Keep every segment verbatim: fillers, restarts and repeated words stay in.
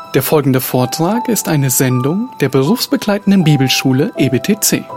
Der folgende Vortrag ist eine Sendung der berufsbegleitenden Bibelschule E B T C.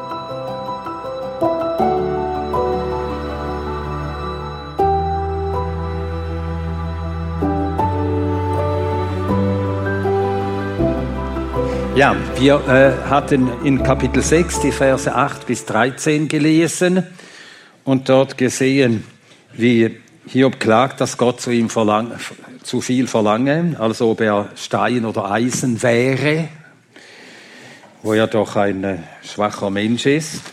Ja, wir äh, hatten in Kapitel sechs die Verse acht bis dreizehn gelesen und dort gesehen, wie Hiob klagt, dass Gott zu ihm verlang, zu viel verlange, als ob er Stein oder Eisen wäre, wo er doch ein äh, schwacher Mensch ist.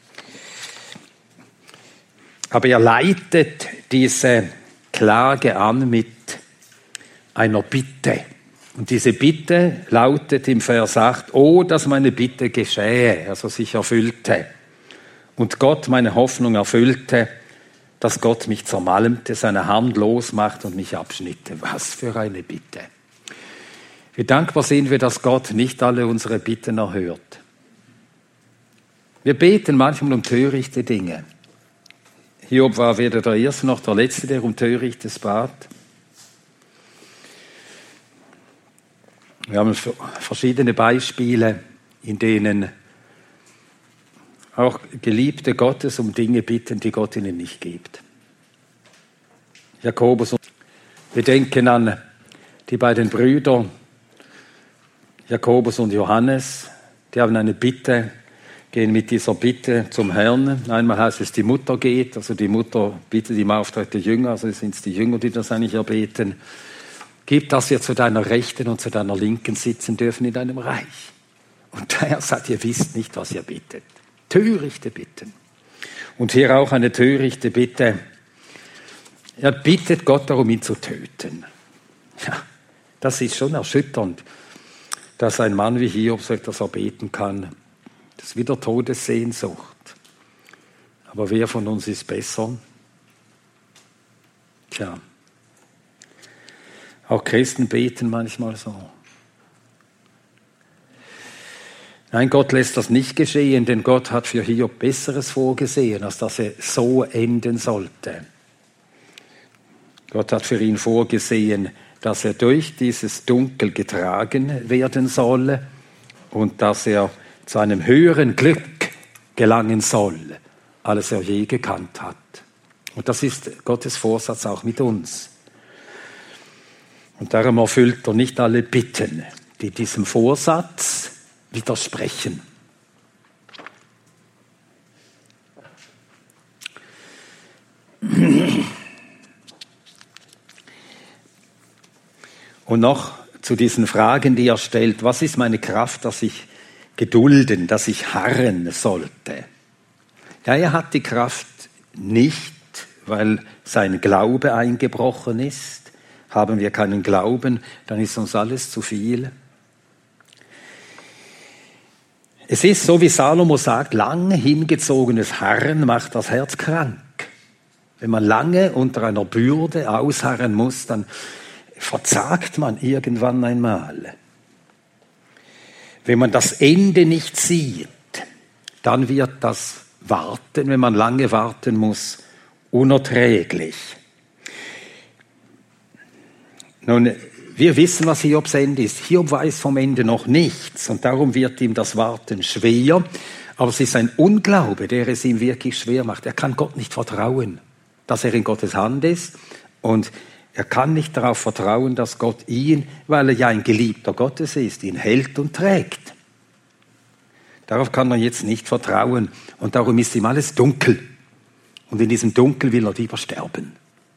Aber er leitet diese Klage an mit einer Bitte. Und diese Bitte lautet im Vers acht, oh, dass meine Bitte geschähe, also sich erfüllte. Und Gott meine Hoffnung erfüllte, dass Gott mich zermalmte, seine Hand losmacht und mich abschnitte. Was für eine Bitte. Wie dankbar sind wir, dass Gott nicht alle unsere Bitten erhört. Wir beten manchmal um törichte Dinge. Hiob war weder der Erste noch der Letzte, der um Törichtes bat. Wir haben verschiedene Beispiele, in denen auch Geliebte Gottes um Dinge bitten, die Gott ihnen nicht gibt. Jakobus, wir denken an die beiden Brüder, Jakobus und Johannes, die haben eine Bitte, gehen mit dieser Bitte zum Herrn. Einmal heißt es, die Mutter geht, also die Mutter bittet im Auftrag der Jünger, also sind es die Jünger, die das eigentlich erbeten. Gib, dass wir zu deiner Rechten und zu deiner Linken sitzen dürfen in deinem Reich. Und der Herr sagt, ihr wisst nicht, was ihr bittet. Törichte Bitten. Und hier auch eine törichte Bitte. Er bittet Gott darum, ihn zu töten. Ja, das ist schon erschütternd, dass ein Mann wie Hiob so etwas erbeten kann. Das ist wieder Todessehnsucht. Aber wer von uns ist besser? Tja. Auch Christen beten manchmal so. Nein, Gott lässt das nicht geschehen, denn Gott hat für Hiob Besseres vorgesehen, als dass er so enden sollte. Gott hat für ihn vorgesehen, dass er durch dieses Dunkel getragen werden soll und dass er zu einem höheren Glück gelangen soll, als er je gekannt hat. Und das ist Gottes Vorsatz auch mit uns. Und darum erfüllt er nicht alle Bitten, die diesem Vorsatz widersprechen. Und noch zu diesen Fragen, die er stellt. Was ist meine Kraft, dass ich gedulden, dass ich harren sollte? Ja, er hat die Kraft nicht, weil sein Glaube eingebrochen ist. Haben wir keinen Glauben, dann ist uns alles zu viel. Es ist so, wie Salomo sagt, lange hingezogenes Harren macht das Herz krank. Wenn man lange unter einer Bürde ausharren muss, dann verzagt man irgendwann einmal. Wenn man das Ende nicht sieht, dann wird das Warten, wenn man lange warten muss, unerträglich. Nun, wir wissen, was Hiobs Ende ist. Hiob weiß vom Ende noch nichts und darum wird ihm das Warten schwer. Aber es ist ein Unglaube, der es ihm wirklich schwer macht. Er kann Gott nicht vertrauen, dass er in Gottes Hand ist und er kann nicht darauf vertrauen, dass Gott ihn, weil er ja ein Geliebter Gottes ist, ihn hält und trägt. Darauf kann er jetzt nicht vertrauen und darum ist ihm alles dunkel. Und in diesem Dunkel will er lieber sterben.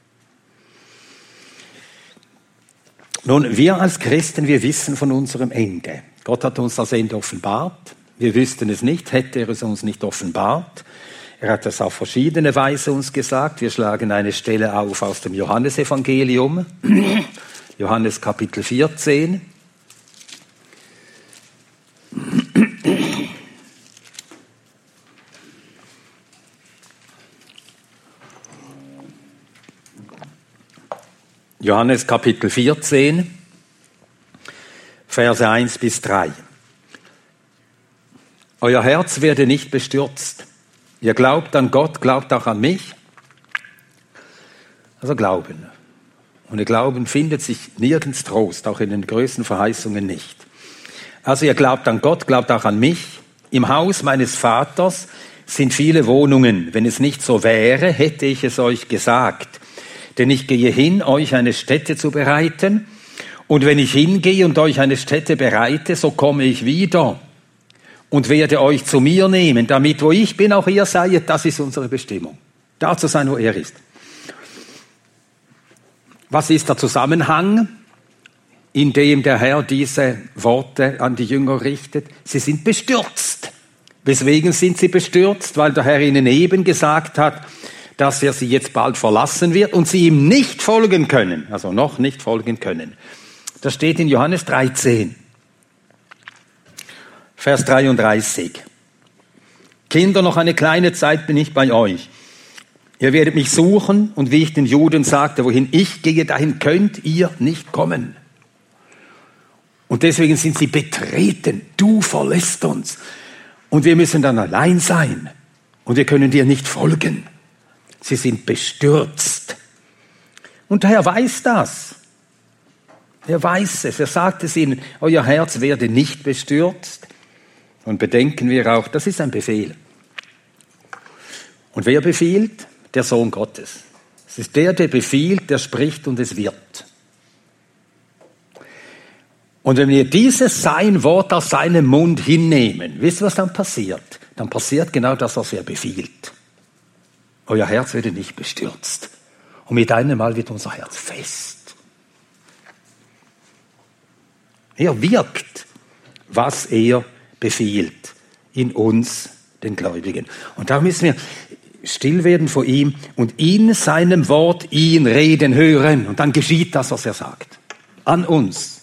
Nun, wir als Christen, wir wissen von unserem Ende. Gott hat uns das Ende offenbart. Wir wüssten es nicht, hätte er es uns nicht offenbart. Er hat das auf verschiedene Weise uns gesagt. Wir schlagen eine Stelle auf aus dem Johannesevangelium. Johannes Kapitel vierzehn. Johannes Kapitel vierzehn, Verse eins bis drei. Euer Herz werde nicht bestürzt. Ihr glaubt an Gott, glaubt auch an mich. Also Glauben. Und ihr Glauben findet sich nirgends Trost, auch in den größten Verheißungen nicht. Also ihr glaubt an Gott, glaubt auch an mich. Im Haus meines Vaters sind viele Wohnungen. Wenn es nicht so wäre, hätte ich es euch gesagt. Denn ich gehe hin, euch eine Stätte zu bereiten. Und wenn ich hingehe und euch eine Stätte bereite, so komme ich wieder und werde euch zu mir nehmen, damit wo ich bin, auch ihr seid. Das ist unsere Bestimmung. Da zu sein, wo er ist. Was ist der Zusammenhang, in dem der Herr diese Worte an die Jünger richtet? Sie sind bestürzt. Weswegen sind sie bestürzt? Weil der Herr ihnen eben gesagt hat, dass er sie jetzt bald verlassen wird und sie ihm nicht folgen können. Also noch nicht folgen können. Das steht in Johannes dreizehn, Vers dreiunddreißig. Kinder, noch eine kleine Zeit bin ich bei euch. Ihr werdet mich suchen und wie ich den Juden sagte, wohin ich gehe, dahin könnt ihr nicht kommen. Und deswegen sind sie betreten. Du verlässt uns. Und wir müssen dann allein sein. Und wir können dir nicht folgen. Sie sind bestürzt. Und der Herr weiß das. Er weiß es. Er sagt es ihnen, euer Herz werde nicht bestürzt. Und bedenken wir auch, das ist ein Befehl. Und wer befiehlt? Der Sohn Gottes. Es ist der, der befiehlt, der spricht und es wird. Und wenn wir dieses sein Wort aus seinem Mund hinnehmen, wisst ihr, was dann passiert? Dann passiert genau das, was er befiehlt. Euer Herz werde nicht bestürzt. Und mit einem Mal wird unser Herz fest. Er wirkt, was er befiehlt in uns, den Gläubigen. Und da müssen wir still werden vor ihm und in seinem Wort ihn reden hören. Und dann geschieht das, was er sagt. An uns.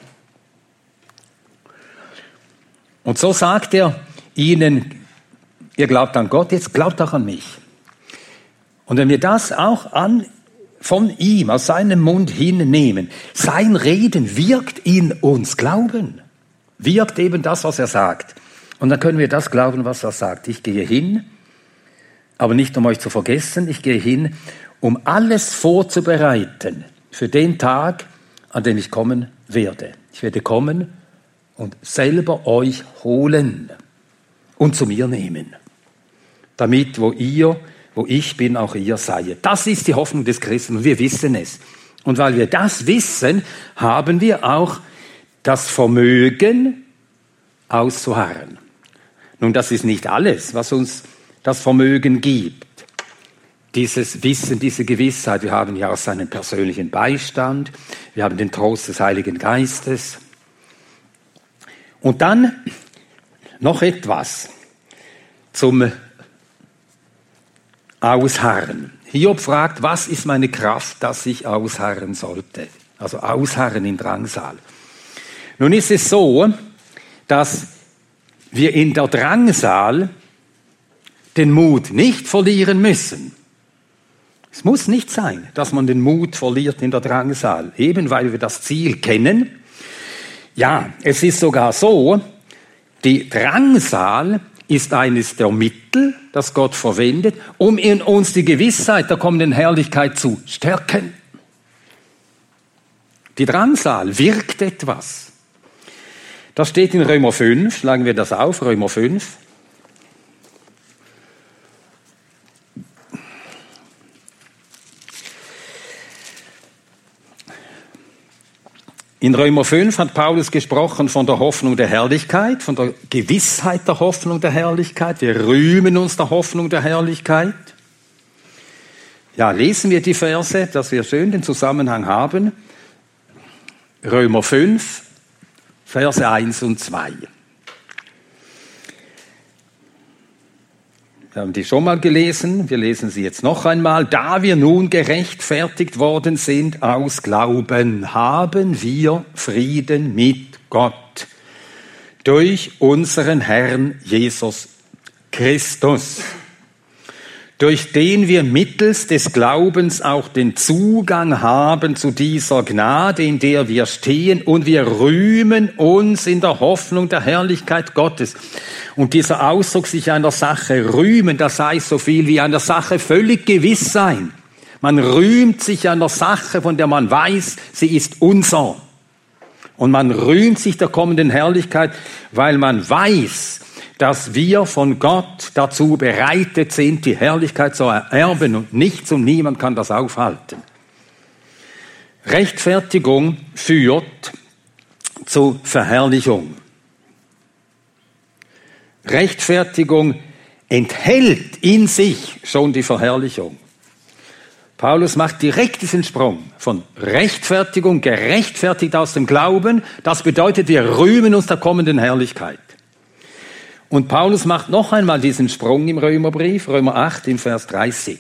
Und so sagt er ihnen, ihr glaubt an Gott, jetzt glaubt auch an mich. Und wenn wir das auch an, von ihm, aus seinem Mund hinnehmen, sein Reden wirkt in uns. Glauben. Wirkt eben das, was er sagt. Und dann können wir das glauben, was er sagt. Ich gehe hin, aber nicht um euch zu vergessen, ich gehe hin, um alles vorzubereiten für den Tag, an dem ich kommen werde. Ich werde kommen und selber euch holen und zu mir nehmen, damit wo ihr, wo ich bin, auch ihr seid. Das ist die Hoffnung des Christen und wir wissen es. Und weil wir das wissen, haben wir auch das Vermögen auszuharren. Nun, das ist nicht alles, was uns das Vermögen gibt. Dieses Wissen, diese Gewissheit, wir haben ja auch seinen persönlichen Beistand, wir haben den Trost des Heiligen Geistes. Und dann noch etwas zum Ausharren. Hiob fragt, was ist meine Kraft, dass ich ausharren sollte? Also ausharren in Drangsal. Nun ist es so, dass wir in der Drangsal den Mut nicht verlieren müssen. Es muss nicht sein, dass man den Mut verliert in der Drangsal, eben weil wir das Ziel kennen. Ja, es ist sogar so, die Drangsal ist eines der Mittel, das Gott verwendet, um in uns die Gewissheit der kommenden Herrlichkeit zu stärken. Die Drangsal wirkt etwas. Das steht in Römer fünf, schlagen wir das auf, Römer fünf. In Römer fünf hat Paulus gesprochen von der Hoffnung der Herrlichkeit, von der Gewissheit der Hoffnung der Herrlichkeit. Wir rühmen uns der Hoffnung der Herrlichkeit. Ja, lesen wir die Verse, dass wir schön den Zusammenhang haben. Römer fünf, Verse eins und zwei. Wir haben die schon mal gelesen, wir lesen sie jetzt noch einmal. Da wir nun gerechtfertigt worden sind aus Glauben, haben wir Frieden mit Gott durch unseren Herrn Jesus Christus, durch den wir mittels des Glaubens auch den Zugang haben zu dieser Gnade, in der wir stehen, und wir rühmen uns in der Hoffnung der Herrlichkeit Gottes. Und dieser Ausdruck, sich einer Sache rühmen, das heißt so viel wie einer Sache völlig gewiss sein. Man rühmt sich an der Sache, von der man weiß, sie ist unser. Und man rühmt sich der kommenden Herrlichkeit, weil man weiß, dass wir von Gott dazu bereitet sind, die Herrlichkeit zu ererben, und nichts und niemand kann das aufhalten. Rechtfertigung führt zu Verherrlichung. Rechtfertigung enthält in sich schon die Verherrlichung. Paulus macht direkt diesen Sprung von Rechtfertigung, gerechtfertigt aus dem Glauben. Das bedeutet, wir rühmen uns der kommenden Herrlichkeit. Und Paulus macht noch einmal diesen Sprung im Römerbrief, Römer acht, im Vers dreißig.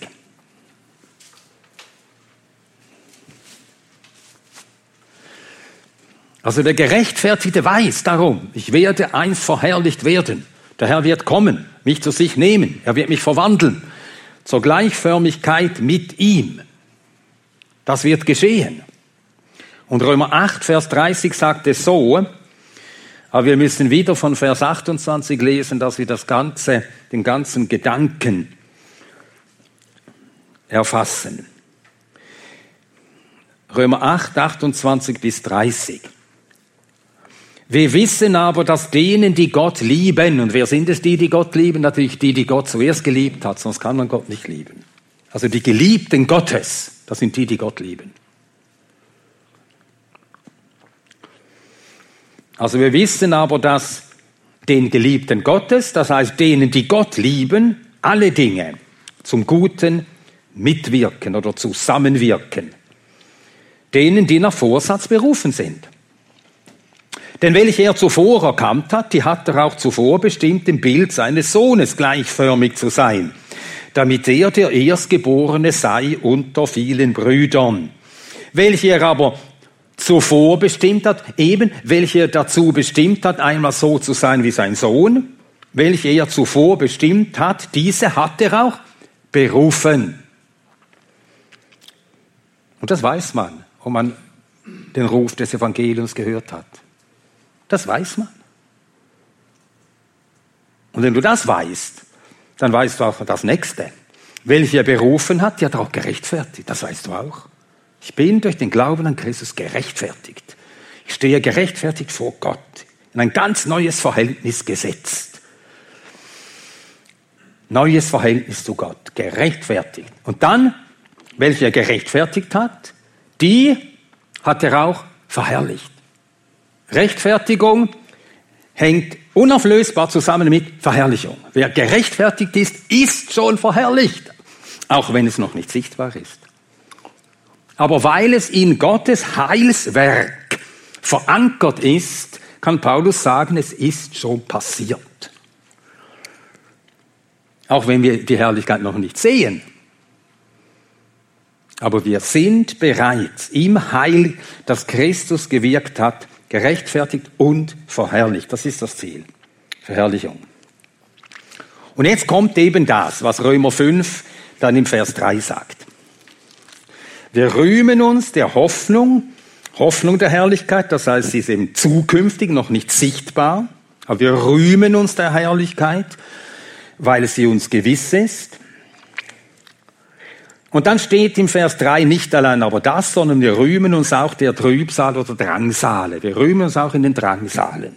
Also der Gerechtfertigte weiß darum, ich werde einst verherrlicht werden. Der Herr wird kommen, mich zu sich nehmen. Er wird mich verwandeln zur Gleichförmigkeit mit ihm. Das wird geschehen. Und Römer acht, Vers dreißig sagt es so, aber wir müssen wieder von Vers achtundzwanzig lesen, dass wir das Ganze, den ganzen Gedanken erfassen. Römer acht, achtundzwanzig bis dreißig. Wir wissen aber, dass denen, die Gott lieben, und wer sind es, die, die Gott lieben? Natürlich die, die Gott zuerst geliebt hat, sonst kann man Gott nicht lieben. Also die Geliebten Gottes, das sind die, die Gott lieben. Also wir wissen aber, dass den Geliebten Gottes, das heißt denen, die Gott lieben, alle Dinge zum Guten mitwirken oder zusammenwirken. Denen, die nach Vorsatz berufen sind. Denn welche er zuvor erkannt hat, die hat er auch zuvor bestimmt, dem Bild seines Sohnes gleichförmig zu sein, damit er der Erstgeborene sei unter vielen Brüdern. Welche er aber zuvor bestimmt hat, eben welche er dazu bestimmt hat, einmal so zu sein wie sein Sohn, welche er zuvor bestimmt hat, diese hat er auch berufen. Und das weiß man, ob man den Ruf des Evangeliums gehört hat. Das weiß man. Und wenn du das weißt, dann weißt du auch das Nächste. Welche er berufen hat, die hat er auch gerechtfertigt. Das weißt du auch. Ich bin durch den Glauben an Christus gerechtfertigt. Ich stehe gerechtfertigt vor Gott, in ein ganz neues Verhältnis gesetzt. Neues Verhältnis zu Gott, gerechtfertigt. Und dann, welche er gerechtfertigt hat, die hat er auch verherrlicht. Rechtfertigung hängt unauflösbar zusammen mit Verherrlichung. Wer gerechtfertigt ist, ist schon verherrlicht, auch wenn es noch nicht sichtbar ist. Aber weil es in Gottes Heilswerk verankert ist, kann Paulus sagen, es ist schon passiert. Auch wenn wir die Herrlichkeit noch nicht sehen. Aber wir sind bereits im Heil, das Christus gewirkt hat, gerechtfertigt und verherrlicht. Das ist das Ziel. Verherrlichung. Und jetzt kommt eben das, was Römer fünf dann im Vers drei sagt. Wir rühmen uns der Hoffnung, Hoffnung der Herrlichkeit, das heißt, sie ist eben zukünftig, noch nicht sichtbar, aber wir rühmen uns der Herrlichkeit, weil sie uns gewiss ist. Und dann steht im Vers drei nicht allein aber das, sondern wir rühmen uns auch der Trübsal oder Drangsale. Wir rühmen uns auch in den Drangsalen.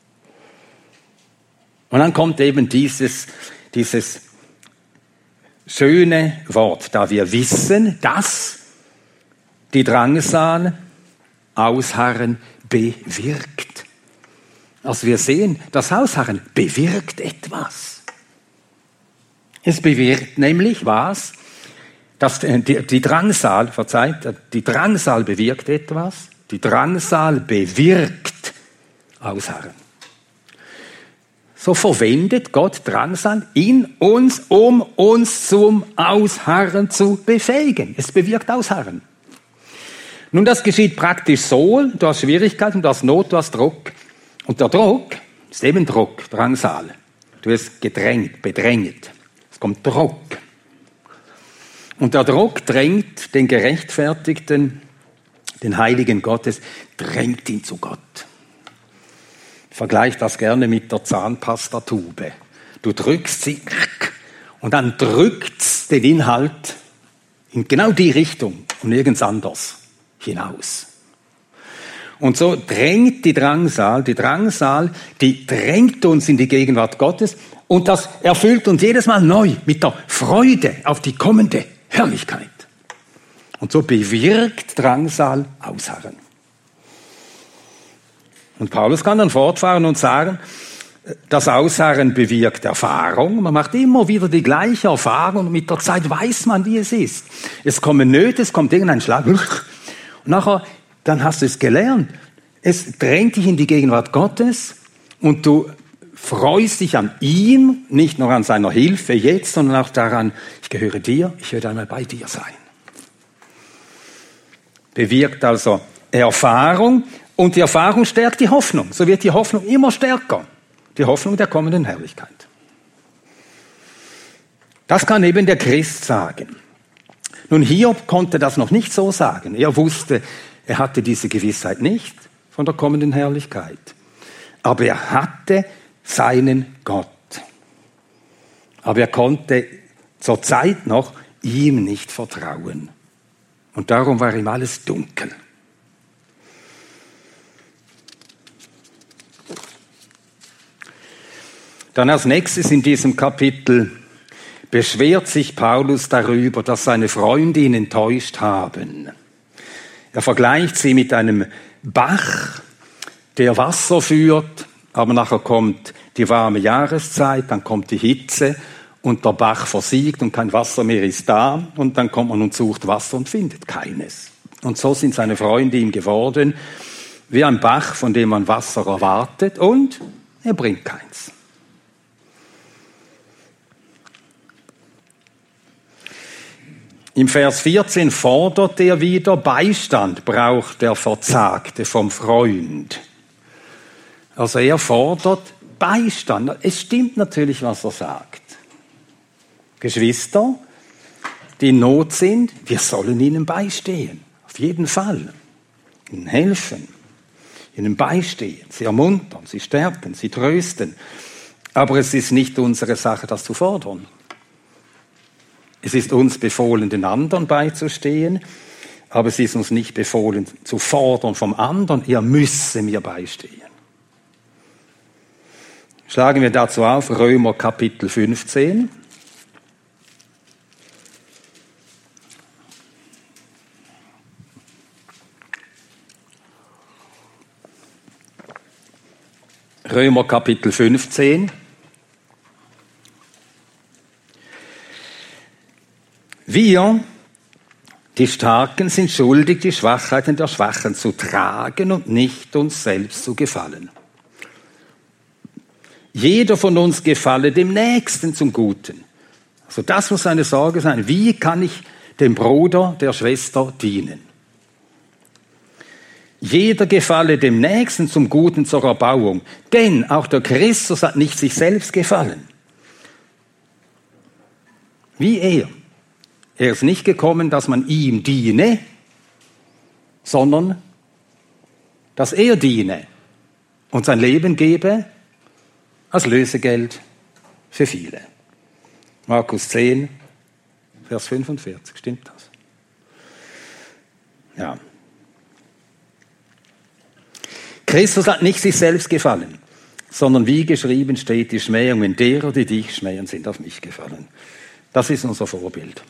Und dann kommt eben dieses, dieses schöne Wort, da wir wissen, dass die Drangsal Ausharren bewirkt. Also wir sehen, das Ausharren bewirkt etwas. Es bewirkt nämlich was? Das, die, die Drangsal, verzeiht, die Drangsal bewirkt etwas. Die Drangsal bewirkt Ausharren. So verwendet Gott Drangsal in uns, um uns zum Ausharren zu befähigen. Es bewirkt Ausharren. Nun, das geschieht praktisch so, du hast Schwierigkeiten, du hast Not, du hast Druck. Und der Druck ist eben Druck, Drangsal. Du wirst gedrängt, bedrängt. Es kommt Druck. Und der Druck drängt den Gerechtfertigten, den Heiligen Gottes, drängt ihn zu Gott. Ich vergleiche das gerne mit der Zahnpastatube. Du drückst sie und dann drückt's den Inhalt In genau die Richtung und nirgends anders hinaus. Und so drängt die Drangsal, die Drangsal, die drängt uns in die Gegenwart Gottes und das erfüllt uns jedes Mal neu mit der Freude auf die kommende Herrlichkeit. Und so bewirkt Drangsal Ausharren. Und Paulus kann dann fortfahren und sagen, das Ausharren bewirkt Erfahrung. Man macht immer wieder die gleiche Erfahrung und mit der Zeit weiß man, wie es ist. Es kommen Nöte, es kommt irgendein Schlag. Und nachher, dann hast du es gelernt. Es drängt dich in die Gegenwart Gottes und du freust dich an ihm, nicht nur an seiner Hilfe jetzt, sondern auch daran, ich gehöre dir, ich werde einmal bei dir sein. Bewirkt also Erfahrung und die Erfahrung stärkt die Hoffnung. So wird die Hoffnung immer stärker. Die Hoffnung der kommenden Herrlichkeit. Das kann eben der Christ sagen. Nun, Hiob konnte das noch nicht so sagen. Er wusste, er hatte diese Gewissheit nicht von der kommenden Herrlichkeit. Aber er hatte seinen Gott. Aber er konnte zur Zeit noch ihm nicht vertrauen. Und darum war ihm alles dunkel. Dann als nächstes in diesem Kapitel beschwert sich Paulus darüber, dass seine Freunde ihn enttäuscht haben. Er vergleicht sie mit einem Bach, der Wasser führt, aber nachher kommt die warme Jahreszeit, dann kommt die Hitze und der Bach versiegt und kein Wasser mehr ist da und dann kommt man und sucht Wasser und findet keines. Und so sind seine Freunde ihm geworden, wie ein Bach, von dem man Wasser erwartet und er bringt keins. Im Vers vierzehn fordert er wieder, Beistand braucht der Verzagte vom Freund. Also er fordert Beistand. Es stimmt natürlich, was er sagt. Geschwister, die in Not sind, wir sollen ihnen beistehen. Auf jeden Fall. Ihnen helfen. Ihnen beistehen. Sie ermuntern, sie stärken, sie trösten. Aber es ist nicht unsere Sache, das zu fordern. Es ist uns befohlen, den anderen beizustehen, aber es ist uns nicht befohlen, zu fordern vom anderen, er müsse mir beistehen. Schlagen wir dazu auf, Römer Kapitel fünfzehn. Römer Kapitel fünfzehn. Wir, die Starken, sind schuldig, die Schwachheiten der Schwachen zu tragen und nicht uns selbst zu gefallen. Jeder von uns gefalle dem Nächsten zum Guten. Also das muss eine Sorge sein. Wie kann ich dem Bruder, der Schwester dienen? Jeder gefalle dem Nächsten zum Guten zur Erbauung. Denn auch der Christus hat nicht sich selbst gefallen. Wie er. Er ist nicht gekommen, dass man ihm diene, sondern dass er diene und sein Leben gebe als Lösegeld für viele. Markus zehn, Vers fünfundvierzig, stimmt das? Ja. Christus hat nicht sich selbst gefallen, sondern wie geschrieben steht, die Schmähungen derer, die dich schmähen, sind auf mich gefallen. Das ist unser Vorbild.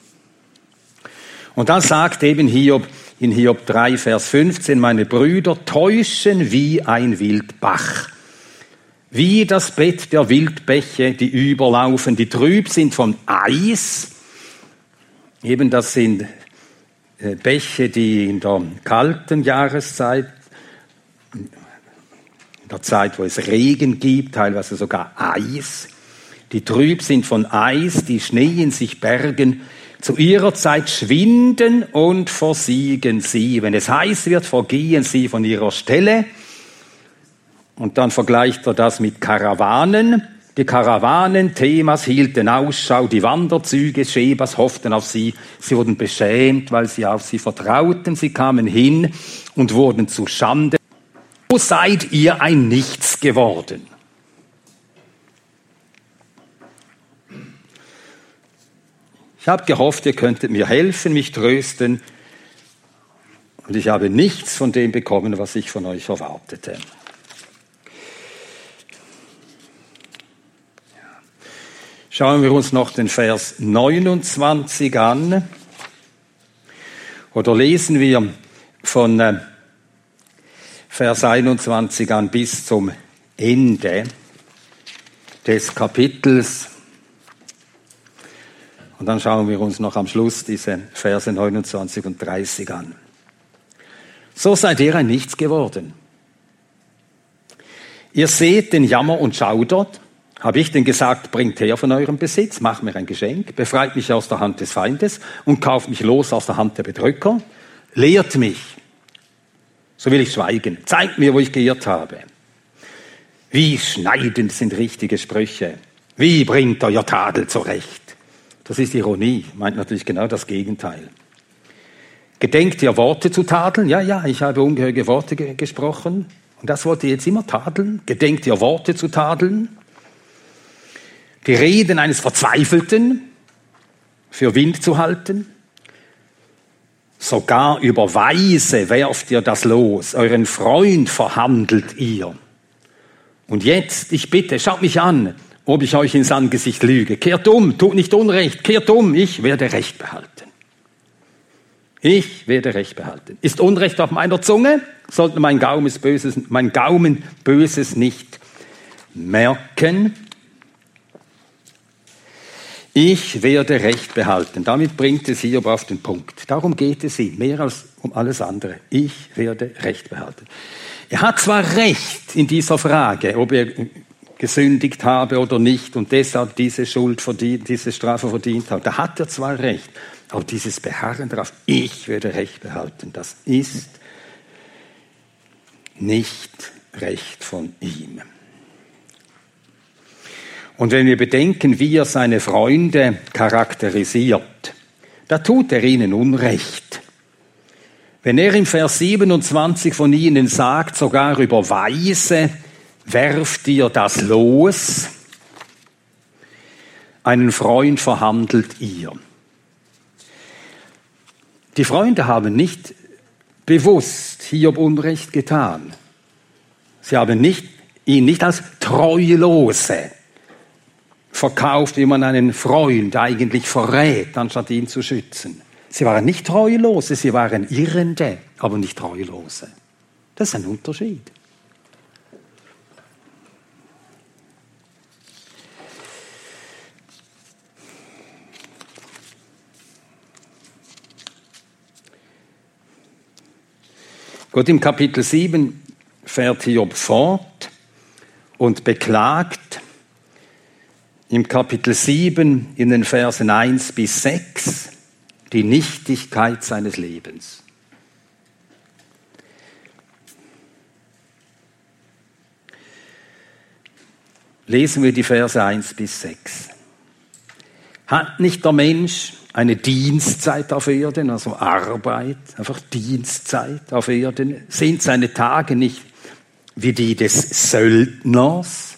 Und dann sagt eben Hiob in Hiob drei, Vers fünfzehn, meine Brüder täuschen wie ein Wildbach, wie das Bett der Wildbäche, die überlaufen, die trüb sind von Eis. Eben das sind Bäche, die in der kalten Jahreszeit, in der Zeit, wo es Regen gibt, teilweise sogar Eis, die trüb sind von Eis, die Schnee in sich bergen, zu ihrer Zeit schwinden und versiegen sie. Wenn es heiß wird, vergehen sie von ihrer Stelle. Und dann vergleicht er das mit Karawanen. Die Karawanen Themas hielten Ausschau, die Wanderzüge Schebas hofften auf sie. Sie wurden beschämt, weil sie auf sie vertrauten. Sie kamen hin und wurden zu Schande. So seid ihr ein Nichts geworden. Ich habe gehofft, ihr könntet mir helfen, mich trösten. Und ich habe nichts von dem bekommen, was ich von euch erwartete. Schauen wir uns noch den Vers neunundzwanzig an. Oder lesen wir von äh, Vers einundzwanzig an bis zum Ende des Kapitels. Und dann schauen wir uns noch am Schluss diese Verse neunundzwanzig und dreißig an. So seid ihr ein Nichts geworden. Ihr seht den Jammer und schaudert. Habe ich denn gesagt, bringt her von eurem Besitz, macht mir ein Geschenk, befreit mich aus der Hand des Feindes und kauft mich los aus der Hand der Bedrücker? Lehrt mich, so will ich schweigen. Zeigt mir, wo ich geirrt habe. Wie schneidend sind richtige Sprüche. Wie bringt euer Tadel zurecht? Das ist Ironie, meint natürlich genau das Gegenteil. Gedenkt ihr Worte zu tadeln? Ja, ja, ich habe ungehörige Worte ge- gesprochen. Und das wollt ihr jetzt immer tadeln? Gedenkt ihr Worte zu tadeln? Die Reden eines Verzweifelten für Wind zu halten? Sogar über Weise werft ihr das los. Euren Freund verhandelt ihr. Und jetzt, ich bitte, schaut mich an, ob ich euch ins Angesicht lüge. Kehrt um, tut nicht Unrecht, kehrt um, ich werde Recht behalten. Ich werde Recht behalten. Ist Unrecht auf meiner Zunge? Sollte mein Gaumen Böses, mein Gaumen Böses nicht merken? Ich werde Recht behalten. Damit bringt es Hiob auf den Punkt. Darum geht es ihm, mehr als um alles andere. Ich werde Recht behalten. Er hat zwar Recht in dieser Frage, ob er gesündigt habe oder nicht und deshalb diese Schuld verdient, diese Strafe verdient hat. Da hat er zwar Recht, aber dieses Beharren darauf, ich werde Recht behalten, das ist nicht Recht von ihm. Und wenn wir bedenken, wie er seine Freunde charakterisiert, da tut er ihnen Unrecht. Wenn er im Vers siebenundzwanzig von ihnen sagt, sogar über Weise werft ihr das los, einen Freund verhandelt ihr. Die Freunde haben nicht bewusst Hiob Unrecht getan. Sie haben nicht, ihn nicht als Treulose verkauft, wie man einen Freund eigentlich verrät, anstatt ihn zu schützen. Sie waren nicht Treulose, sie waren Irrende, aber nicht Treulose. Das ist ein Unterschied. Gut, im Kapitel sieben fährt Hiob fort und beklagt im Kapitel sieben in den Versen eins bis sechs die Nichtigkeit seines Lebens. Lesen wir die Verse eins bis sechs. Hat nicht der Mensch eine Dienstzeit auf Erden, also Arbeit, einfach Dienstzeit auf Erden? Sind seine Tage nicht wie die des Söldners?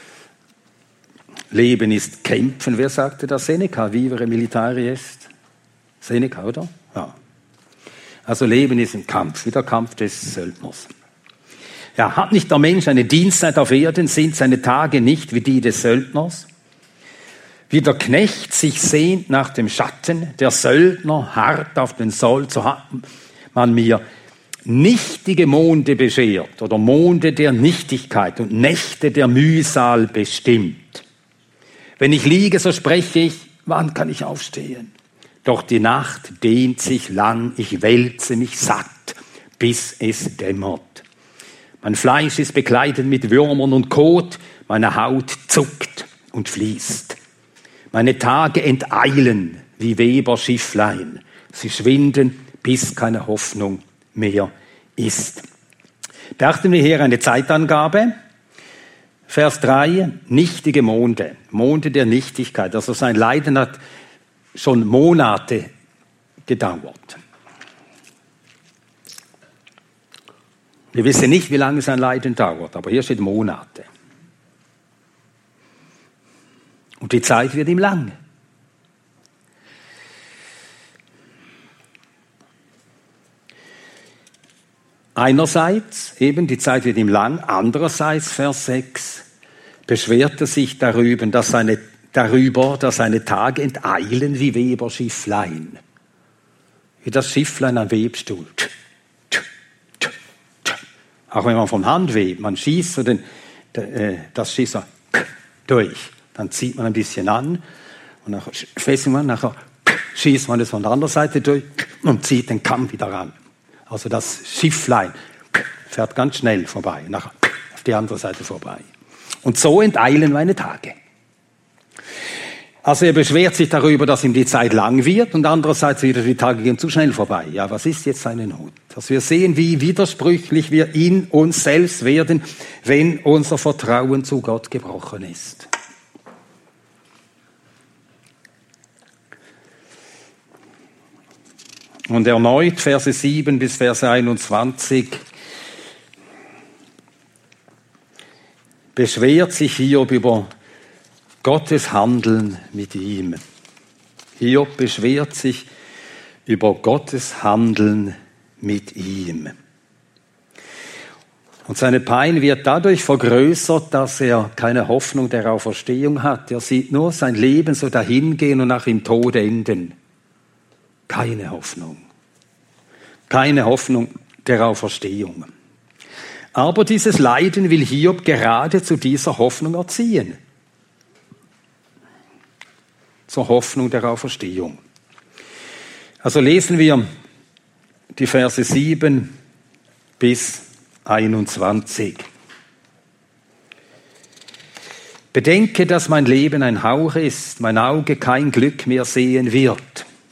Leben ist Kämpfen. Wer sagte das? Seneca, vivere militari est. Seneca, oder? Ja. Also Leben ist ein Kampf, wie der Kampf des Söldners. Ja, hat nicht der Mensch eine Dienstzeit auf Erden? Sind seine Tage nicht wie die des Söldners? Wie der Knecht sich sehnt nach dem Schatten, der Söldner harrt auf den Sold, so hat man mir nichtige Monde beschert oder Monde der Nichtigkeit und Nächte der Mühsal bestimmt. Wenn ich liege, so spreche ich, wann kann ich aufstehen? Doch die Nacht dehnt sich lang, ich wälze mich satt, bis es dämmert. Mein Fleisch ist bekleidet mit Würmern und Kot, meine Haut zuckt und fließt. Meine Tage enteilen wie Weberschifflein. Sie schwinden, bis keine Hoffnung mehr ist. Beachten wir hier eine Zeitangabe. Vers drei, nichtige Monde, Monde der Nichtigkeit. Also sein Leiden hat schon Monate gedauert. Wir wissen nicht, wie lange sein Leiden dauert, aber hier steht Monate. Und die Zeit wird ihm lang. Einerseits, eben die Zeit wird ihm lang, andererseits, Vers sechs, beschwert er sich darüber, dass seine, darüber, dass seine Tage enteilen wie Weberschifflein. Wie das Schifflein am Webstuhl. Auch wenn man von Hand webt, man schießt so den, das Schiff so durch. Dann zieht man ein bisschen an und nachher fesselt man, nachher schießt man es von der anderen Seite durch und zieht den Kamm wieder ran. Also das Schifflein fährt ganz schnell vorbei, nachher auf die andere Seite vorbei. Und so enteilen meine Tage. Also er beschwert sich darüber, dass ihm die Zeit lang wird und andererseits wieder die Tage gehen zu schnell vorbei. Ja, was ist jetzt seine Not? Dass wir sehen, wie widersprüchlich wir in uns selbst werden, wenn unser Vertrauen zu Gott gebrochen ist. Und erneut Verse sieben bis Verse einundzwanzig beschwert sich Hiob über Gottes Handeln mit ihm. Hiob beschwert sich über Gottes Handeln mit ihm. Und seine Pein wird dadurch vergrößert, dass er keine Hoffnung der Auferstehung hat. Er sieht nur sein Leben so dahingehen und nach dem Tod enden. Keine Hoffnung. Keine Hoffnung der Auferstehung. Aber dieses Leiden will Hiob gerade zu dieser Hoffnung erziehen. Zur Hoffnung der Auferstehung. Also lesen wir die Verse sieben bis einundzwanzig. Bedenke, dass mein Leben ein Hauch ist, mein Auge kein Glück mehr sehen wird.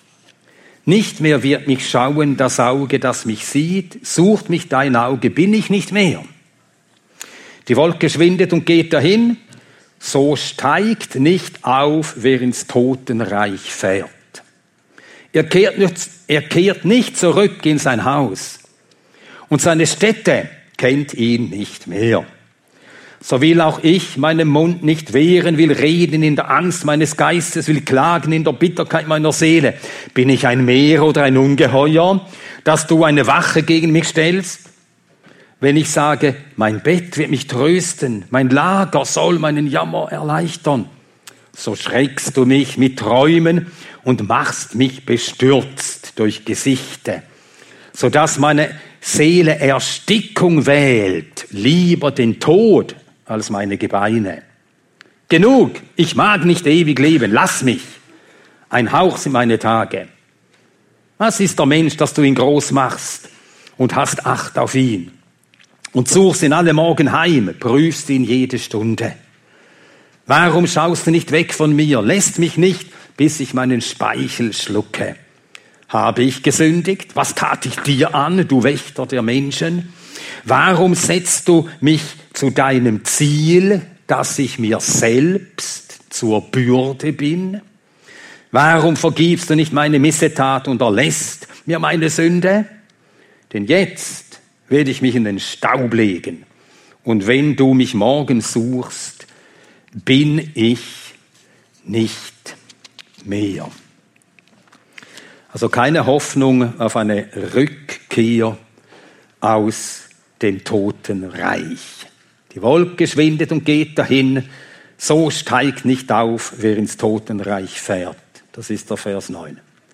Nicht mehr wird mich schauen das Auge, das mich sieht, sucht mich dein Auge, bin ich nicht mehr. Die Wolke schwindet und geht dahin, so steigt nicht auf, wer ins Totenreich fährt. Er kehrt nicht, er kehrt nicht zurück in sein Haus und seine Stätte kennt ihn nicht mehr. So will auch ich meinen Mund nicht wehren, will reden in der Angst meines Geistes, will klagen in der Bitterkeit meiner Seele. Bin ich ein Meer oder ein Ungeheuer, dass du eine Wache gegen mich stellst? Wenn ich sage, mein Bett wird mich trösten, mein Lager soll meinen Jammer erleichtern, so schreckst du mich mit Träumen und machst mich bestürzt durch Gesichte, sodass meine Seele Erstickung wählt, lieber den Tod als meine Gebeine. Genug, ich mag nicht ewig leben, lass mich. Ein Hauch sind meine Tage. Was ist der Mensch, dass du ihn groß machst und hast Acht auf ihn und suchst ihn alle Morgen heim, prüfst ihn jede Stunde. Warum schaust du nicht weg von mir, lässt mich nicht, bis ich meinen Speichel schlucke? Habe ich gesündigt? Was tat ich dir an, du Wächter der Menschen? Warum setzt du mich zu deinem Ziel, dass ich mir selbst zur Bürde bin? Warum vergibst du nicht meine Missetat und erlässt mir meine Sünde? Denn jetzt werde ich mich in den Staub legen. Und wenn du mich morgen suchst, bin ich nicht mehr. Also keine Hoffnung auf eine Rückkehr aus dem Totenreich. Die Wolke schwindet und geht dahin, so steigt nicht auf, wer ins Totenreich fährt. Das ist der Vers neun.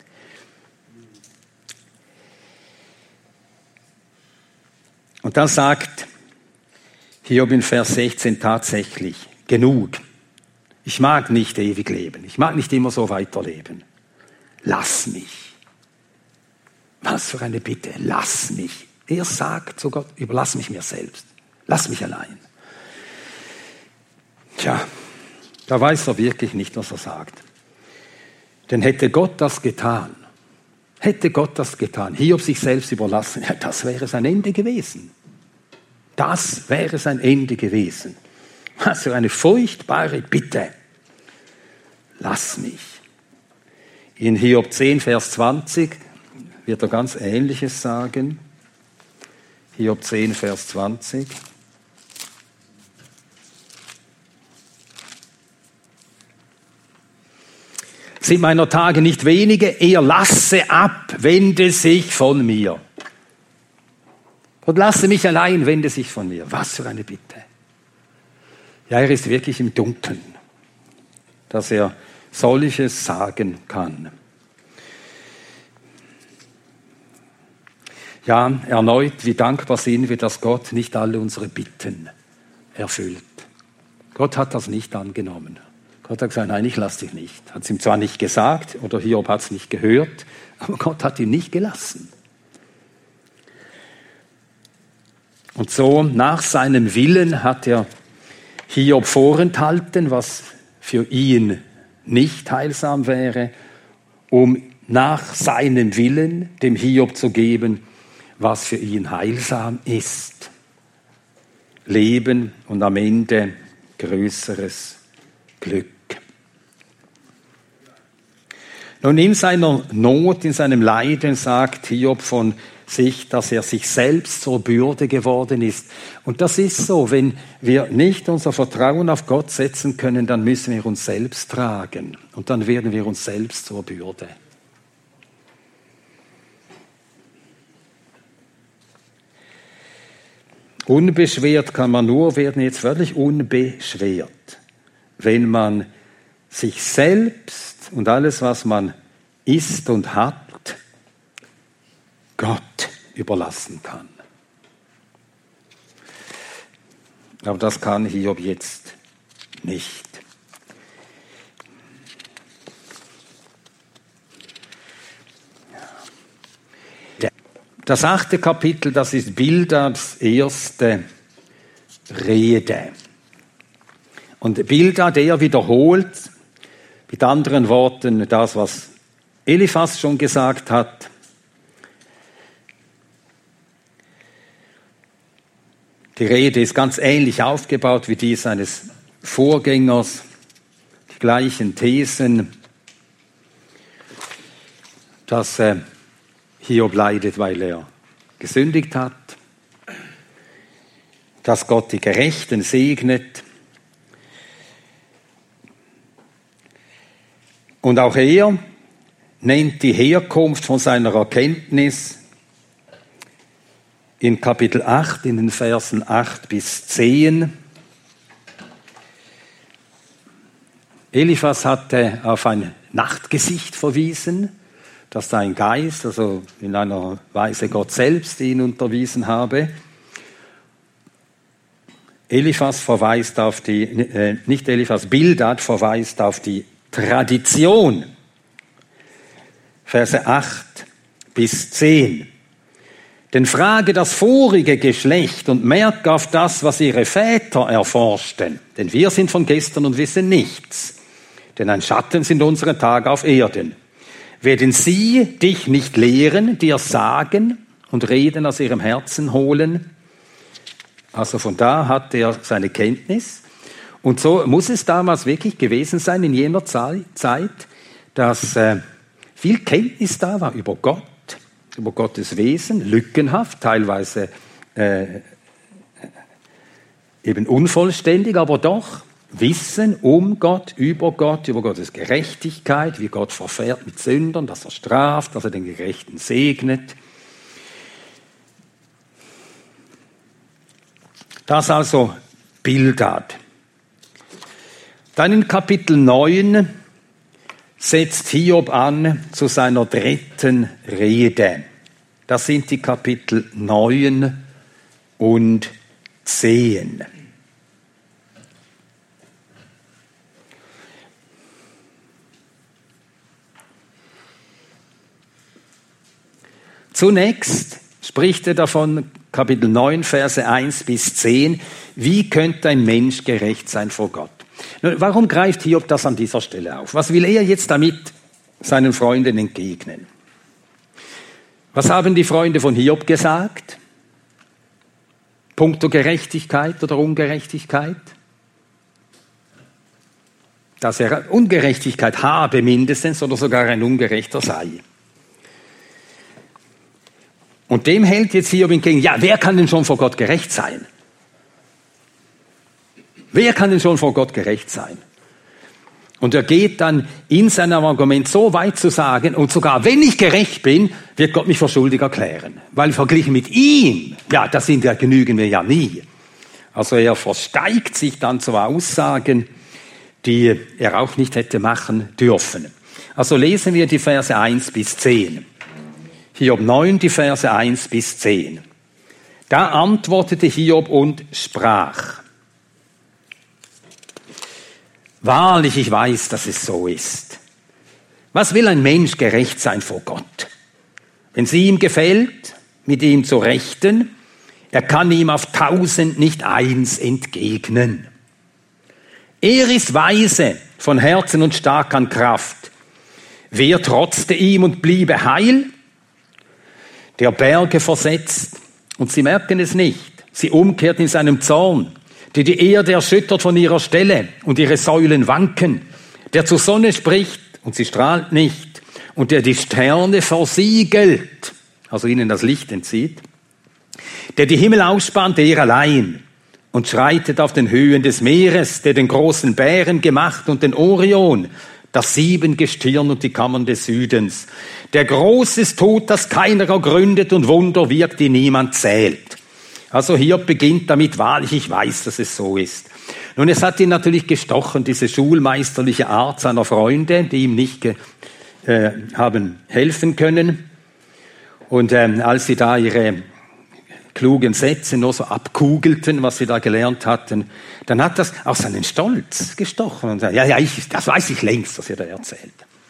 Und dann sagt Hiob in Vers sechzehn tatsächlich, genug. Ich mag nicht ewig leben, ich mag nicht immer so weiterleben. Lass mich. Was für eine Bitte, lass mich. Er sagt zu Gott, überlass mich mir selbst. Lass mich allein. Tja, da weiß er wirklich nicht, was er sagt. Denn hätte Gott das getan, hätte Gott das getan, Hiob sich selbst überlassen, ja, das wäre sein Ende gewesen. Das wäre sein Ende gewesen. Was für eine furchtbare Bitte. Lass mich. In Hiob zehn, Vers zwanzig wird er ganz Ähnliches sagen. Hiob zehn, Vers zwanzig. Sind meiner Tage nicht wenige, er lasse ab, wende sich von mir. Gott, lasse mich allein, wende sich von mir. Was für eine Bitte. Ja, er ist wirklich im Dunkeln, dass er solches sagen kann. Ja, erneut, wie dankbar sind wir, dass Gott nicht alle unsere Bitten erfüllt. Gott hat das nicht angenommen. Gott hat gesagt, nein, ich lasse dich nicht. Hat es ihm zwar nicht gesagt, oder Hiob hat es nicht gehört, aber Gott hat ihn nicht gelassen. Und so, nach seinem Willen hat er Hiob vorenthalten, was für ihn nicht heilsam wäre, um nach seinem Willen dem Hiob zu geben, was für ihn heilsam ist. Leben und am Ende größeres Glück. Nun, in seiner Not, in seinem Leiden sagt Hiob von sich, dass er sich selbst zur Bürde geworden ist. Und das ist so, wenn wir nicht unser Vertrauen auf Gott setzen können, dann müssen wir uns selbst tragen. Und dann werden wir uns selbst zur Bürde. Unbeschwert kann man nur werden, jetzt wörtlich unbeschwert, wenn man sich selbst und alles, was man ist und hat, Gott überlassen kann. Aber das kann Hiob jetzt nicht. Das achte Kapitel, das ist Bildads erste Rede. Und Bildad, der wiederholt, mit anderen Worten, das, was Eliphas schon gesagt hat. Die Rede ist ganz ähnlich aufgebaut wie die seines Vorgängers, die gleichen Thesen, dass äh, Hiob leidet, weil er gesündigt hat, dass Gott die Gerechten segnet. Und auch er nennt die Herkunft von seiner Erkenntnis in Kapitel acht, in den Versen acht bis zehn. Eliphas hatte auf ein Nachtgesicht verwiesen, dass da ein Geist, also in einer Weise Gott selbst ihn unterwiesen habe. Eliphas verweist auf die, äh, nicht Eliphas, Bildad verweist auf die Tradition. Verse acht bis zehn. Denn frage das vorige Geschlecht und merke auf das, was ihre Väter erforschten. Denn wir sind von gestern und wissen nichts. Denn ein Schatten sind unsere Tage auf Erden. Werden sie dich nicht lehren, dir sagen und Reden aus ihrem Herzen holen? Also von da hat er seine Kenntnis. Und so muss es damals wirklich gewesen sein, in jener Zeit, dass äh, viel Kenntnis da war über Gott, über Gottes Wesen, lückenhaft, teilweise äh, eben unvollständig, aber doch Wissen um Gott, über Gott, über Gottes Gerechtigkeit, wie Gott verfährt mit Sündern, dass er straft, dass er den Gerechten segnet. Das also Bildad. Dann in Kapitel neun setzt Hiob an zu seiner dritten Rede. Das sind die Kapitel neun und zehn. Zunächst spricht er davon, Kapitel neun, Verse eins bis zehn, wie könnte ein Mensch gerecht sein vor Gott? Nun, warum greift Hiob das an dieser Stelle auf? Was will er jetzt damit seinen Freunden entgegnen? Was haben die Freunde von Hiob gesagt? Punkto Gerechtigkeit oder Ungerechtigkeit? Dass er Ungerechtigkeit habe mindestens oder sogar ein Ungerechter sei. Und dem hält jetzt Hiob entgegen, ja, wer kann denn schon vor Gott gerecht sein? Wer kann denn schon vor Gott gerecht sein? Und er geht dann in seinem Argument so weit zu sagen, und sogar wenn ich gerecht bin, wird Gott mich für schuldig erklären. Weil verglichen mit ihm, ja, das sind ja, genügen wir ja nie. Also er versteigt sich dann zu Aussagen, die er auch nicht hätte machen dürfen. Also lesen wir die Verse eins bis zehn. Hiob neun, die Verse eins bis zehn. Da antwortete Hiob und sprach: Wahrlich, ich weiß, dass es so ist. Was will ein Mensch gerecht sein vor Gott? Wenn es ihm gefällt, mit ihm zu rechten, er kann ihm auf tausend nicht eins entgegnen. Er ist weise von Herzen und stark an Kraft. Wer trotzte ihm und bliebe heil? Der Berge versetzt, und sie merken es nicht. Sie umkehrt in seinem Zorn, die die Erde erschüttert von ihrer Stelle und ihre Säulen wanken, der zur Sonne spricht und sie strahlt nicht und der die Sterne versiegelt, also ihnen das Licht entzieht, der die Himmel ausspannt, der allein und schreitet auf den Höhen des Meeres, der den großen Bären gemacht und den Orion, das Siebengestirn und die Kammern des Südens, der Großes tut, das keiner ergründet und Wunder wirkt, die niemand zählt. Also hier beginnt damit, wahrlich, ich weiß, dass es so ist. Nun, es hat ihn natürlich gestochen, diese schulmeisterliche Art seiner Freunde, die ihm nicht ge, äh, haben helfen können. Und ähm, als sie da ihre klugen Sätze nur so abkugelten, was sie da gelernt hatten, dann hat das auch seinen Stolz gestochen und sagt, ja, ja, ich, das weiß ich längst, was ihr da erzählt.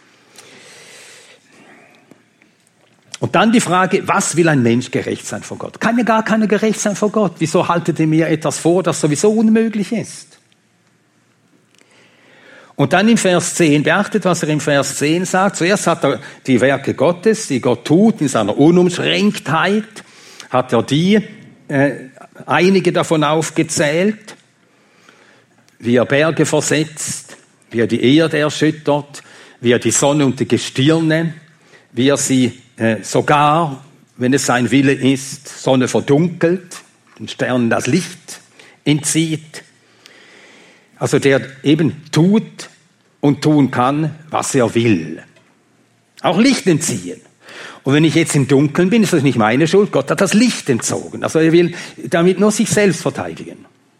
Und dann die Frage, was will ein Mensch gerecht sein vor Gott? Kann ja gar keiner gerecht sein vor Gott. Wieso haltet ihr mir etwas vor, das sowieso unmöglich ist? Und dann im Vers zehn, beachtet, was er im Vers zehn sagt. Zuerst hat er die Werke Gottes, die Gott tut, in seiner Unumschränktheit, hat er die, äh, einige davon aufgezählt, wie er Berge versetzt, wie er die Erde erschüttert, wie er die Sonne und die Gestirne, wie er sie äh, sogar, wenn es sein Wille ist, Sonne verdunkelt, den Sternen das Licht entzieht. Also der eben tut und tun kann, was er will. Auch Licht entziehen. Und wenn ich jetzt im Dunkeln bin, ist das nicht meine Schuld. Gott hat das Licht entzogen. Also er will damit nur sich selbst verteidigen.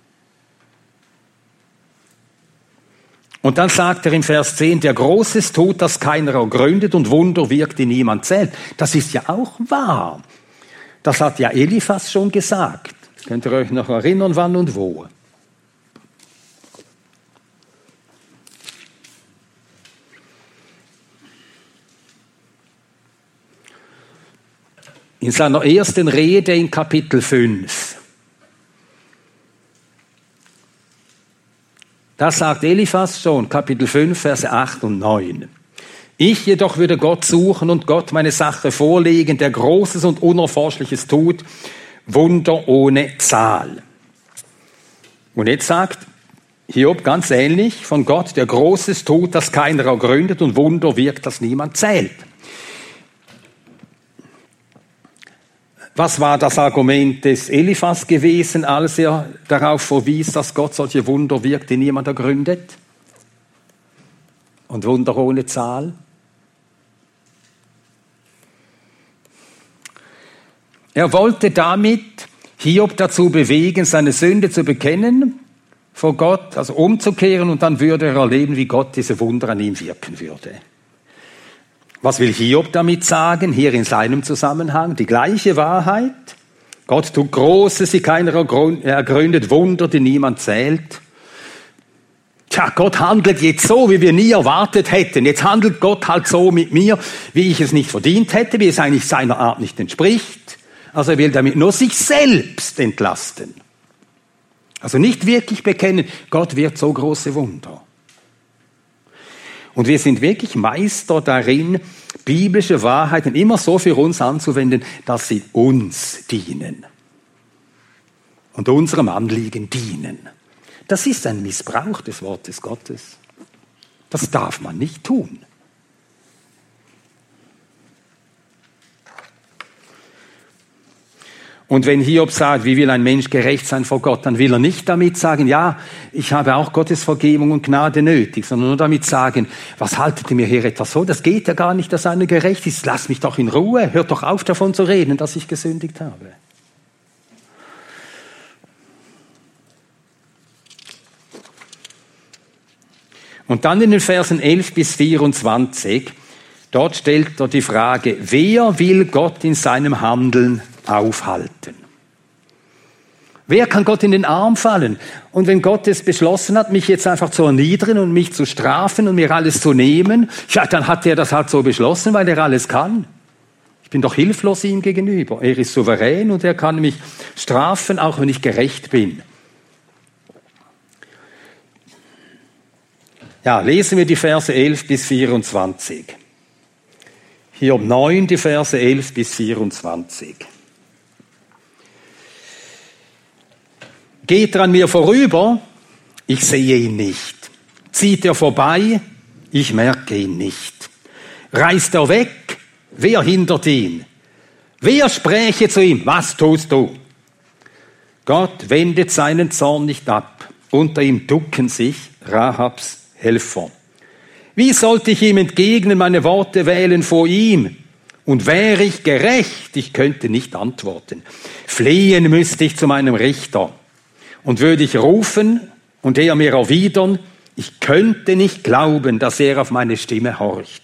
Und dann sagt er im Vers zehn, der Großes tut, das keiner ergründet und Wunder wirkt, die niemand zählt. Das ist ja auch wahr. Das hat ja Eliphas schon gesagt. Könnt ihr euch noch erinnern, wann und wo? In seiner ersten Rede in Kapitel fünf. Das sagt Eliphas schon, Kapitel fünf, Verse acht und neun. Ich jedoch würde Gott suchen und Gott meine Sache vorlegen, der Großes und Unerforschliches tut, Wunder ohne Zahl. Und jetzt sagt Hiob ganz ähnlich von Gott, der Großes tut, das keiner ergründet und Wunder wirkt, das niemand zählt. Was war das Argument des Eliphas gewesen, als er darauf verwies, dass Gott solche Wunder wirkt, die niemand ergründet? Und Wunder ohne Zahl? Er wollte damit Hiob dazu bewegen, seine Sünde zu bekennen vor Gott, also umzukehren, und dann würde er erleben, wie Gott diese Wunder an ihm wirken würde. Was will Hiob damit sagen, hier in seinem Zusammenhang? Die gleiche Wahrheit. Gott tut Großes, die keiner ergründet, Wunder, die niemand zählt. Tja, Gott handelt jetzt so, wie wir nie erwartet hätten. Jetzt handelt Gott halt so mit mir, wie ich es nicht verdient hätte, wie es eigentlich seiner Art nicht entspricht. Also er will damit nur sich selbst entlasten. Also nicht wirklich bekennen, Gott wirkt so große Wunder. Und wir sind wirklich Meister darin, biblische Wahrheiten immer so für uns anzuwenden, dass sie uns dienen und unserem Anliegen dienen. Das ist ein Missbrauch des Wortes Gottes. Das darf man nicht tun. Und wenn Hiob sagt, wie will ein Mensch gerecht sein vor Gott, dann will er nicht damit sagen, ja, ich habe auch Gottes Vergebung und Gnade nötig, sondern nur damit sagen, was haltet ihr mir hier etwas vor? Das geht ja gar nicht, dass einer gerecht ist. Lasst mich doch in Ruhe. Hört doch auf, davon zu reden, dass ich gesündigt habe. Und dann in den Versen elf bis vierundzwanzig, dort stellt er die Frage, wer will Gott in seinem Handeln aufhalten? Wer kann Gott in den Arm fallen? Und wenn Gott es beschlossen hat, mich jetzt einfach zu erniedrigen und mich zu strafen und mir alles zu nehmen, ja, dann hat er das halt so beschlossen, weil er alles kann. Ich bin doch hilflos ihm gegenüber. Er ist souverän und er kann mich strafen, auch wenn ich gerecht bin. Ja, lesen wir die Verse elf bis vierundzwanzig. Hiob neun, die Verse elf bis vierundzwanzig. Geht er an mir vorüber? Ich sehe ihn nicht. Zieht er vorbei? Ich merke ihn nicht. Reißt er weg? Wer hindert ihn? Wer spräche zu ihm? Was tust du? Gott wendet seinen Zorn nicht ab. Unter ihm ducken sich Rahabs Helfer. Wie sollte ich ihm entgegnen, meine Worte wählen vor ihm? Und wäre ich gerecht, ich könnte nicht antworten. Flehen müsste ich zu meinem Richter. Und würde ich rufen und er mir erwidern, ich könnte nicht glauben, dass er auf meine Stimme horcht.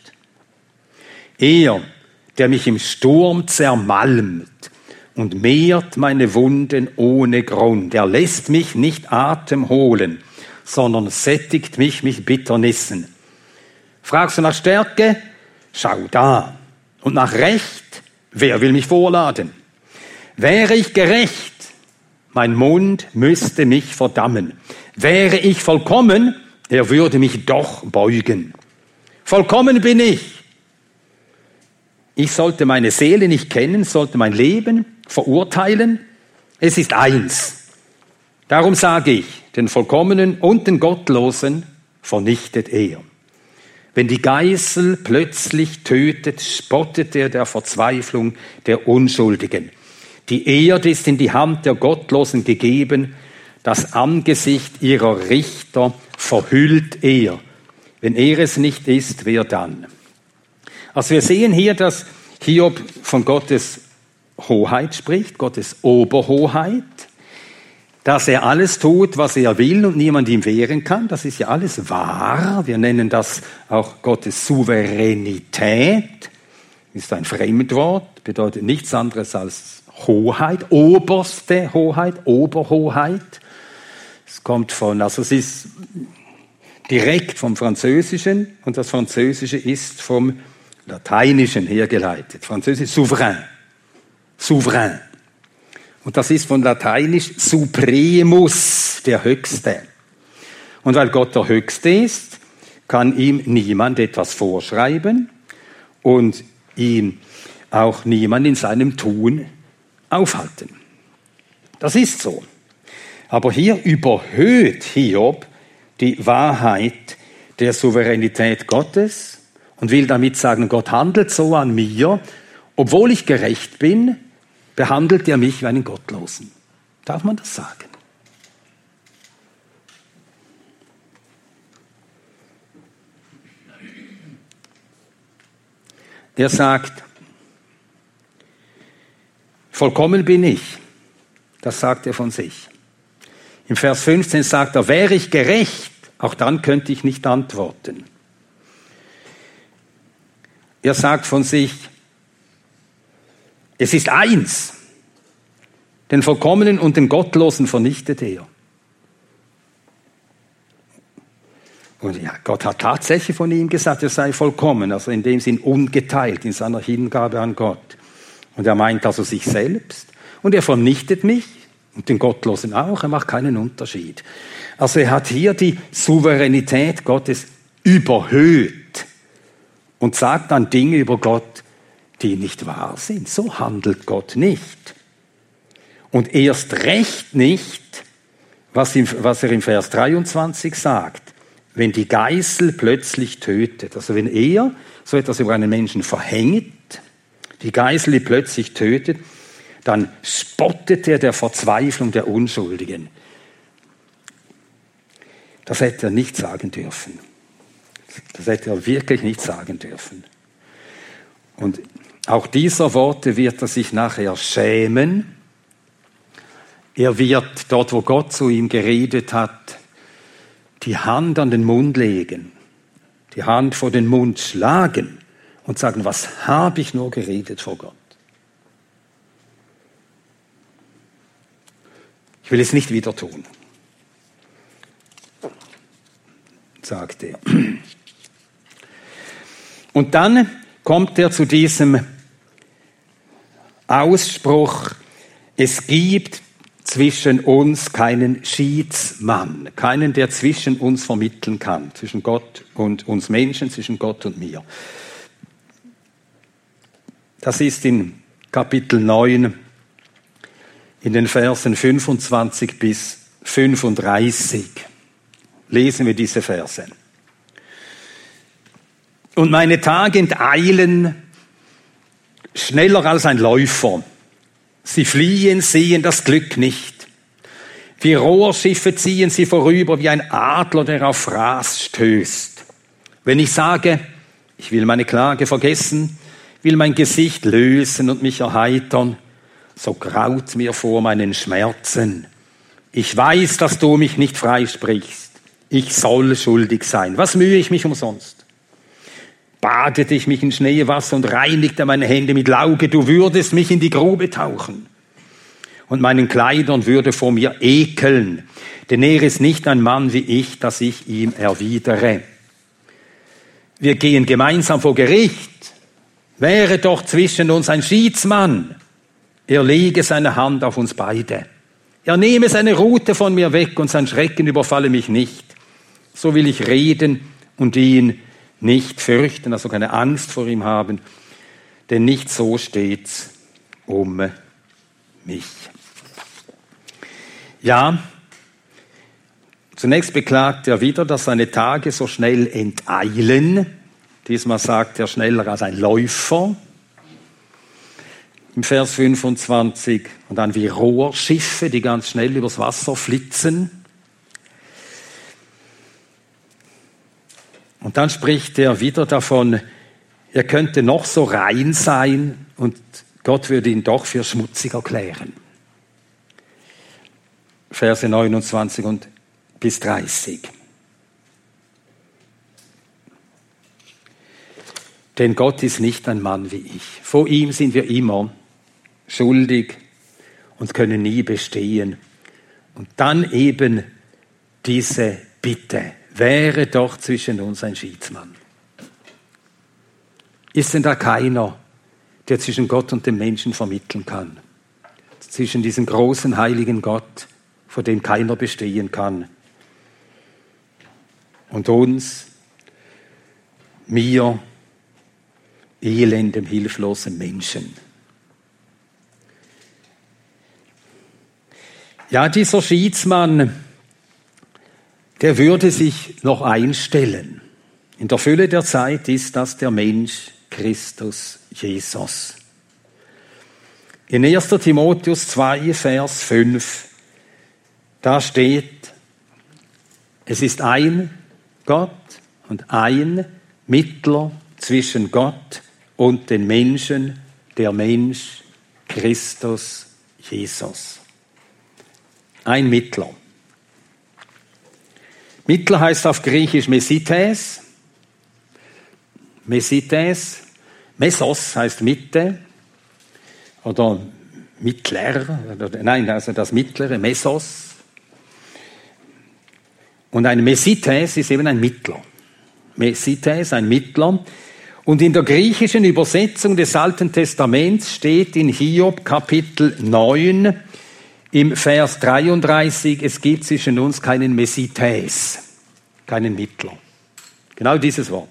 Er, der mich im Sturm zermalmt und mehrt meine Wunden ohne Grund. Er lässt mich nicht Atem holen, sondern sättigt mich mit Bitternissen. Fragst du nach Stärke? Schau da. Und nach Recht? Wer will mich vorladen? Wäre ich gerecht, mein Mund müsste mich verdammen. Wäre ich vollkommen, er würde mich doch beugen. Vollkommen bin ich. Ich sollte meine Seele nicht kennen, sollte mein Leben verurteilen. Es ist eins. Darum sage ich, den Vollkommenen und den Gottlosen vernichtet er. Wenn die Geißel plötzlich tötet, spottet er der Verzweiflung der Unschuldigen. Die Erde ist in die Hand der Gottlosen gegeben, das Angesicht ihrer Richter verhüllt er. Wenn er es nicht ist, wer dann? Also wir sehen hier, dass Hiob von Gottes Hoheit spricht, Gottes Oberhoheit, dass er alles tut, was er will und niemand ihm wehren kann. Das ist ja alles wahr. Wir nennen das auch Gottes Souveränität. Ist ein Fremdwort, bedeutet nichts anderes als Hoheit, oberste Hoheit, Oberhoheit. Es kommt von, also es ist direkt vom Französischen und das Französische ist vom Lateinischen hergeleitet. Französisch Souverain, Souverain. Und das ist von Lateinisch Supremus, der Höchste. Und weil Gott der Höchste ist, kann ihm niemand etwas vorschreiben und ihm auch niemand in seinem Tun aufhalten. Das ist so. Aber hier überhöht Hiob die Wahrheit der Souveränität Gottes und will damit sagen, Gott handelt so an mir, obwohl ich gerecht bin, behandelt er mich wie einen Gottlosen. Darf man das sagen? Er sagt, vollkommen bin ich. Das sagt er von sich. Im Vers fünfzehn sagt er, wäre ich gerecht, auch dann könnte ich nicht antworten. Er sagt von sich, es ist eins, den Vollkommenen und den Gottlosen vernichtet er. Und ja, Gott hat tatsächlich von ihm gesagt, er sei vollkommen, also in dem Sinn ungeteilt in seiner Hingabe an Gott. Und er meint also sich selbst und er vernichtet mich und den Gottlosen auch, er macht keinen Unterschied. Also er hat hier die Souveränität Gottes überhöht und sagt dann Dinge über Gott, die nicht wahr sind. So handelt Gott nicht. Und erst recht nicht, was, ihm, was er im Vers dreiundzwanzig sagt, wenn die Geißel plötzlich tötet. Also wenn er so etwas über einen Menschen verhängt, die Geißel, die plötzlich tötet, dann spottet er der Verzweiflung der Unschuldigen. Das hätte er nicht sagen dürfen. Das hätte er wirklich nicht sagen dürfen. Und auch dieser Worte wird er sich nachher schämen. Er wird dort, wo Gott zu ihm geredet hat, die Hand an den Mund legen, die Hand vor den Mund schlagen und sagen, was habe ich nur geredet vor Gott? Ich will es nicht wieder tun, sagte er. Und dann kommt er zu diesem Ausspruch, es gibt zwischen uns keinen Schiedsmann, keinen, der zwischen uns vermitteln kann, zwischen Gott und uns Menschen, zwischen Gott und mir. Das ist in Kapitel neun, in den Versen fünfundzwanzig bis fünfunddreißig. Lesen wir diese Verse. Und meine Tage enteilen schneller als ein Läufer. Sie fliehen, sehen das Glück nicht. Wie Rohrschiffe ziehen sie vorüber, wie ein Adler, der auf Fraß stößt. Wenn ich sage, ich will meine Klage vergessen, will mein Gesicht lösen und mich erheitern, so graut mir vor meinen Schmerzen. Ich weiß, dass du mich nicht freisprichst. Ich soll schuldig sein. Was mühe ich mich umsonst? Badete ich mich in Schneewasser und reinigte meine Hände mit Lauge, du würdest mich in die Grube tauchen. Und meinen Kleidern würde vor mir ekeln, denn er ist nicht ein Mann wie ich, dass ich ihm erwidere. Wir gehen gemeinsam vor Gericht. Wäre doch zwischen uns ein Schiedsmann. Er lege seine Hand auf uns beide. Er nehme seine Rute von mir weg und sein Schrecken überfalle mich nicht. So will ich reden und ihn nicht fürchten, also keine Angst vor ihm haben, denn nicht so steht's um mich. Ja, zunächst beklagt er wieder, dass seine Tage so schnell enteilen. Diesmal sagt er schneller als ein Läufer. Im Vers fünfundzwanzig. Und dann wie Rohrschiffe, die ganz schnell übers Wasser flitzen. Und dann spricht er wieder davon, er könnte noch so rein sein und Gott würde ihn doch für schmutzig erklären. Verse neunundzwanzig und bis dreißig. Denn Gott ist nicht ein Mann wie ich. Vor ihm sind wir immer schuldig und können nie bestehen. Und dann eben diese Bitte. Wäre doch zwischen uns ein Schiedsmann. Ist denn da keiner, der zwischen Gott und dem Menschen vermitteln kann? Zwischen diesem großen, heiligen Gott, vor dem keiner bestehen kann, und uns, mir, elendem, hilflosen Menschen. Ja, dieser Schiedsmann, der würde sich noch einstellen. In der Fülle der Zeit ist das der Mensch Christus Jesus. In erster Timotheus zwei, Vers fünf, da steht, es ist ein Gott und ein Mittler zwischen Gott und den Menschen, der Mensch Christus Jesus. Ein Mittler. Mittler heißt auf Griechisch Mesites. Mesites. Mesos heißt Mitte. Oder Mittler. Nein, also das Mittlere, Mesos. Und ein Mesites ist eben ein Mittler. Mesites, ein Mittler. Und in der griechischen Übersetzung des Alten Testaments steht in Hiob Kapitel neun, im Vers dreiunddreißig, es gibt zwischen uns keinen Mesites, keinen Mittler. Genau dieses Wort.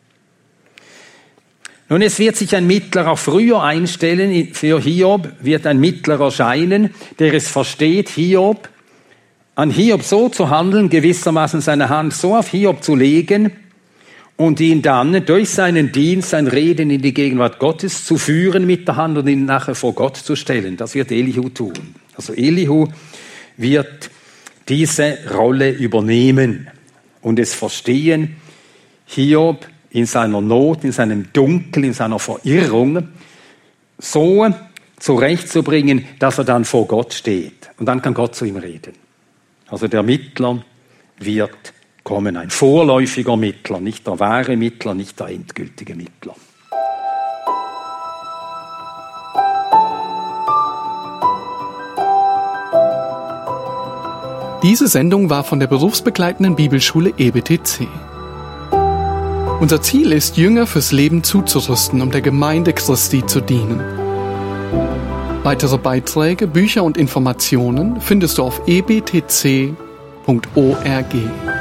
Nun, es wird sich ein Mittler auch früher einstellen. Für Hiob wird ein Mittler erscheinen, der es versteht, Hiob, an Hiob so zu handeln, gewissermaßen seine Hand so auf Hiob zu legen und ihn dann durch seinen Dienst, sein Reden in die Gegenwart Gottes zu führen mit der Hand und ihn nachher vor Gott zu stellen. Das wird Elihu tun. Also Elihu wird diese Rolle übernehmen und es verstehen, Hiob in seiner Not, in seinem Dunkel, in seiner Verirrung so zurechtzubringen, dass er dann vor Gott steht. Und dann kann Gott zu ihm reden. Also der Mittler wird kommen, ein vorläufiger Mittler, nicht der wahre Mittler, nicht der endgültige Mittler. Diese Sendung war von der berufsbegleitenden Bibelschule E B T C. Unser Ziel ist, Jünger fürs Leben zuzurüsten, um der Gemeinde Christi zu dienen. Weitere Beiträge, Bücher und Informationen findest du auf e b t c punkt org.